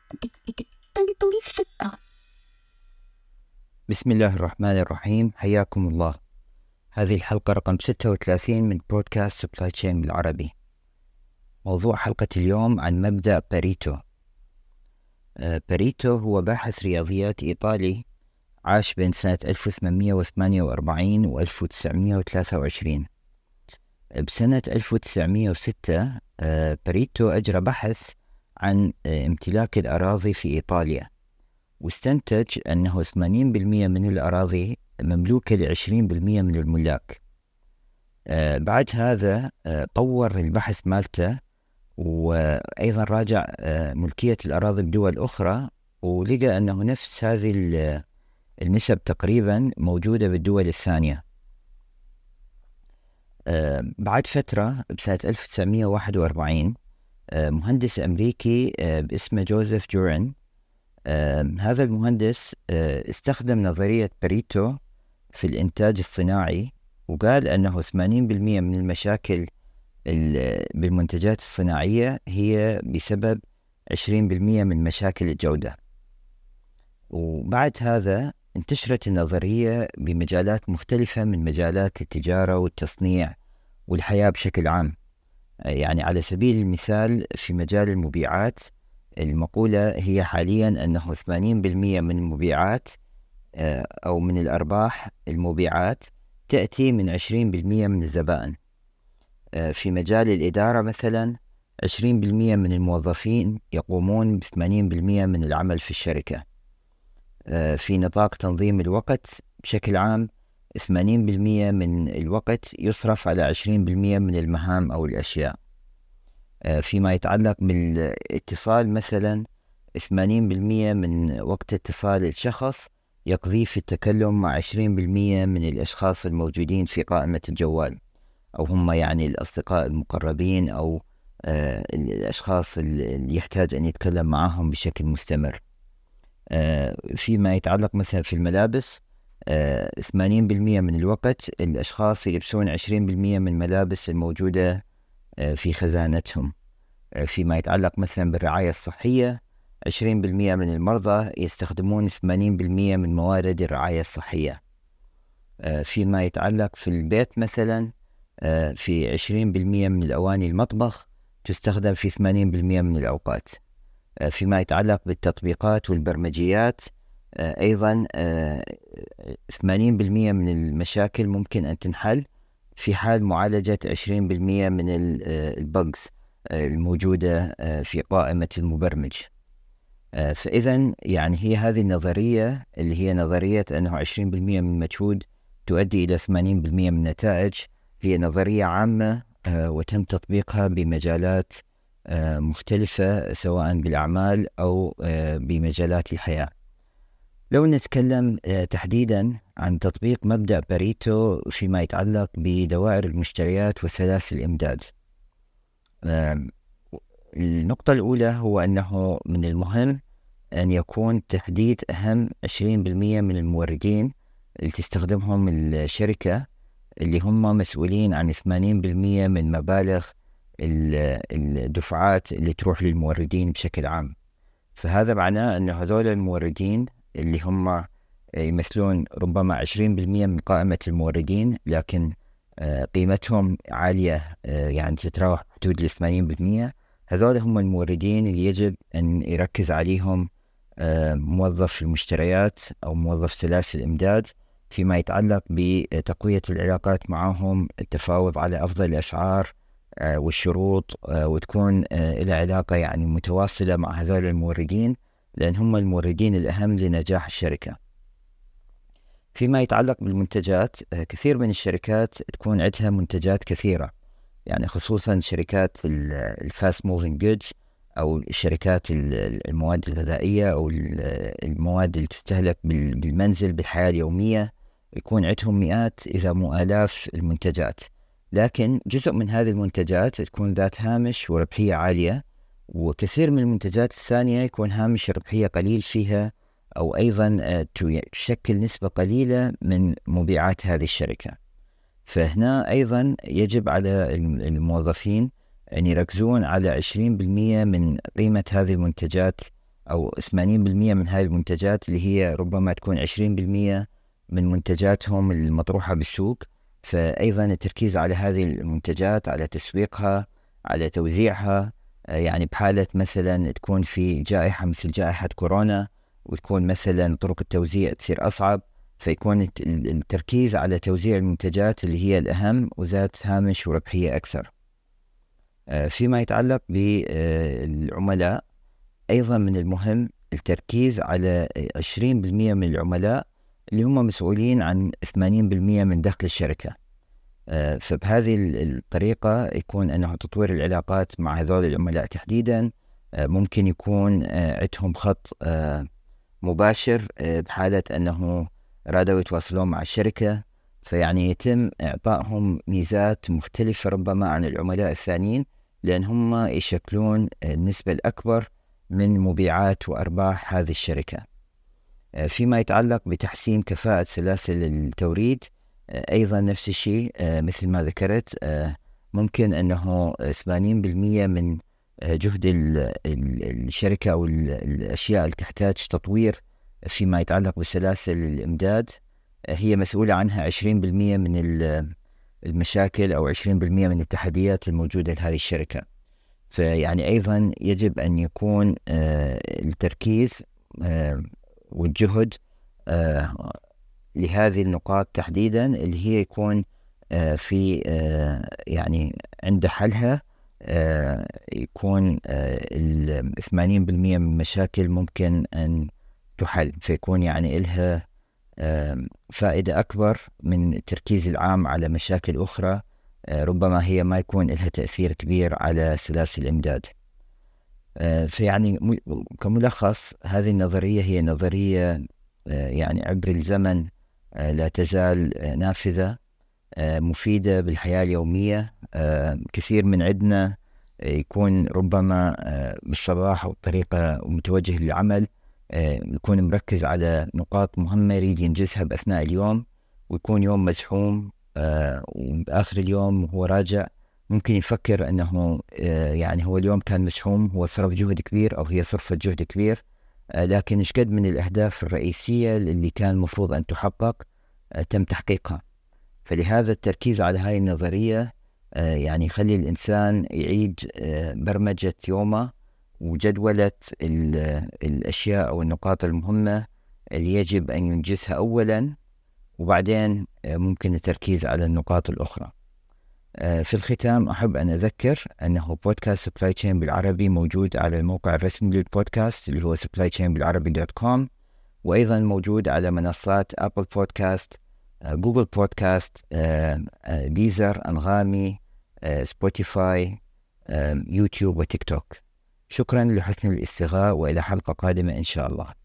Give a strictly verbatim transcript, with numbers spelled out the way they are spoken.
بسم الله الرحمن الرحيم، حياكم الله. هذه الحلقة رقم ستة وثلاثين من بودكاست سبلاي تشين بالعربي. موضوع حلقة اليوم عن مبدأ باريتو. آه، باريتو هو باحث رياضيات إيطالي عاش بين سنة ألف وثمانمائة وثمانية وأربعين و ألف وتسعمائة وثلاثة وعشرين. بسنة ألف وتسعمائة وستة آه، باريتو أجرى بحث عن آه، امتلاك الأراضي في إيطاليا، واستنتج أنه ثمانين بالمئة من الأراضي مملوكة لعشرين بالمئة من الملاك. آه بعد هذا آه طور البحث مالته، وأيضا راجع آه ملكية الأراضي بدول أخرى، ولقى أنه نفس هذه النسب تقريبا موجودة بالدول الثانية. آه بعد فترة بسنة ألف وتسعمائة وواحد وأربعين آه مهندس أمريكي آه باسمه جوزيف جورن، آه هذا المهندس آه استخدم نظرية باريتو في الإنتاج الصناعي، وقال أنه ثمانين بالمئة من المشاكل بالمنتجات الصناعية هي بسبب عشرين بالمئة من مشاكل الجودة. وبعد هذا انتشرت النظرية بمجالات مختلفة من مجالات التجارة والتصنيع والحياة بشكل عام. يعني على سبيل المثال في مجال المبيعات، المقولة هي حاليا أنه ثمانين بالمئة من المبيعات أو من الأرباح المبيعات تأتي من عشرين بالمئة من الزبائن. في مجال الإدارة مثلا عشرين بالمئة من الموظفين يقومون بثمانين بالمئة من العمل في الشركة. في نطاق تنظيم الوقت بشكل عام ثمانين بالمئة من الوقت يصرف على عشرين بالمئة من المهام أو الأشياء. فيما يتعلق بالاتصال مثلا ثمانين بالمئة من وقت اتصال الشخص يقضي في التكلم مع عشرين بالمئة من الأشخاص الموجودين في قائمة الجوال، أو هم يعني الأصدقاء المقربين أو آه الأشخاص اللي يحتاج أن يتكلم معهم بشكل مستمر. آه فيما يتعلق مثلا في الملابس آه ثمانين بالمئة من الوقت الأشخاص يلبسون عشرين بالمئة من الملابس الموجودة آه في خزانتهم. آه فيما يتعلق مثلا بالرعاية الصحية عشرين بالمئة من المرضى يستخدمون ثمانين بالمئة من موارد الرعاية الصحية. آه فيما يتعلق في البيت مثلا آه في عشرين بالمئة من الأواني المطبخ تستخدم في ثمانين بالمئة من الأوقات. آه فيما يتعلق بالتطبيقات والبرمجيات آه أيضا آه ثمانين بالمئة من المشاكل ممكن أن تنحل في حال معالجة عشرين بالمئة من البجز الموجودة في قائمة المبرمج. فإذا يعني هي هذه النظرية اللي هي نظرية أنه عشرين بالمئة من المجهود تؤدي إلى ثمانين بالمئة من النتائج، هي نظرية عامة وتم تطبيقها بمجالات مختلفة سواء بالأعمال أو بمجالات الحياة. لو نتكلم تحديدا عن تطبيق مبدأ باريتو فيما يتعلق بدوائر المشتريات وسلاسل الإمداد، النقطة الأولى هو أنه من المهم أن يكون تحديد أهم عشرين بالمئة من الموردين اللي تستخدمهم الشركة، اللي هم مسؤولين عن ثمانين بالمئة من مبالغ الدفعات اللي تروح للموردين بشكل عام. فهذا معناه أن هذول الموردين اللي هم يمثلون ربما عشرين بالمئة من قائمة الموردين، لكن قيمتهم عالية يعني تتراوح حدود ثمانين بالمئة، هذول هم الموردين اللي يجب أن يركز عليهم موظف المشتريات أو موظف سلاسل الإمداد فيما يتعلق بتقوية العلاقات معهم، التفاوض على أفضل الأسعار والشروط، وتكون إلى علاقة يعني متواصلة مع هذول الموردين، لأن هم الموردين الأهم لنجاح الشركة. فيما يتعلق بالمنتجات، كثير من الشركات تكون عندها منتجات كثيرة، يعني خصوصا شركات الفاست موفينج جودز أو الشركات المواد الغذائية أو المواد اللي تستهلك بالمنزل بالحياة اليومية، يكون عندهم مئات إذا مو آلاف المنتجات، لكن جزء من هذه المنتجات تكون ذات هامش وربحية عالية، وكثير من المنتجات الثانية يكون هامش ربحية قليل فيها، أو أيضا تشكل نسبة قليلة من مبيعات هذه الشركة. فهنا أيضا يجب على الموظفين أن يركزون على عشرين بالمئة من قيمة هذه المنتجات أو ثمانين بالمئة من هذه المنتجات اللي هي ربما تكون عشرين بالمئة من منتجاتهم المطروحة بالسوق. فأيضا التركيز على هذه المنتجات، على تسويقها، على توزيعها. يعني بحالة مثلا تكون في جائحة مثل جائحة كورونا وتكون مثلا طرق التوزيع تصير أصعب، فيكون التركيز على توزيع المنتجات اللي هي الأهم وذات هامش وربحية أكثر. فيما يتعلق بالعملاء، أيضا من المهم التركيز على عشرين بالمئة من العملاء اللي هم مسؤولين عن ثمانين بالمئة من دخل الشركة. فبهذه الطريقة يكون أنه تطوير العلاقات مع هذول العملاء تحديدا. ممكن يكون عندهم خط مباشر بحالة أنه رادوا يتواصلون مع الشركة، فيعني يتم إعطائهم ميزات مختلفة ربما عن العملاء الثانيين، لأن هم يشكلون النسبة الأكبر من مبيعات وأرباح هذه الشركة. فيما يتعلق بتحسين كفاءة سلاسل التوريد، أيضا نفس الشيء مثل ما ذكرت. ممكن أنه ثمانين بالمئة من جهد الشركة أو الأشياء اللي تحتاج تطوير فيما يتعلق بسلاسل الإمداد هي مسؤولة عنها عشرين بالمئة من المشاكل أو عشرين بالمئة من التحديات الموجودة لهذه الشركة. فيعني أيضا يجب أن يكون التركيز والجهد لهذه النقاط تحديدا اللي هي يكون في يعني عند حلها يكون ثمانين بالمئة من المشاكل ممكن أن تحل، فيكون يعني إلها فائدة أكبر من التركيز العام على مشاكل أخرى ربما هي ما يكون لها تأثير كبير على سلاسل الإمداد. فيعني كملخص، هذه النظرية هي نظرية يعني عبر الزمن لا تزال نافذة، مفيدة بالحياة اليومية. كثير من عندنا يكون ربما بالصباح أو بطريقة متوجه للعمل، يكون مركز على نقاط مهمة يريد ينجزها بأثناء اليوم، ويكون يوم مزحوم، وبآخر اليوم وهو راجع ممكن يفكر أنه يعني هو اليوم كان مزحوم، هو صرف جهد كبير أو هي صرفت جهد كبير، لكن إيش قد من الأهداف الرئيسية اللي كان مفروض أن تحقق تم تحقيقها. فلهذا التركيز على هاي النظرية يعني يخلي الإنسان يعيد برمجة يومه وجدولة الأشياء أو النقاط المهمة اللي يجب أن ينجزها أولا، وبعدين ممكن التركيز على النقاط الأخرى. في الختام أحب أن أذكر أنه بودكاست Supply Chain بالعربي موجود على الموقع الرسمي للبودكاست اللي هو supply chain بالعربي دوت كوم، وأيضا موجود على منصات أبل بودكاست، جوجل بودكاست، ديزر، أنغامي، سبوتيفاي، يوتيوب وتيك توك. شكرا لحسن الاستغاء، وإلى حلقة قادمة إن شاء الله.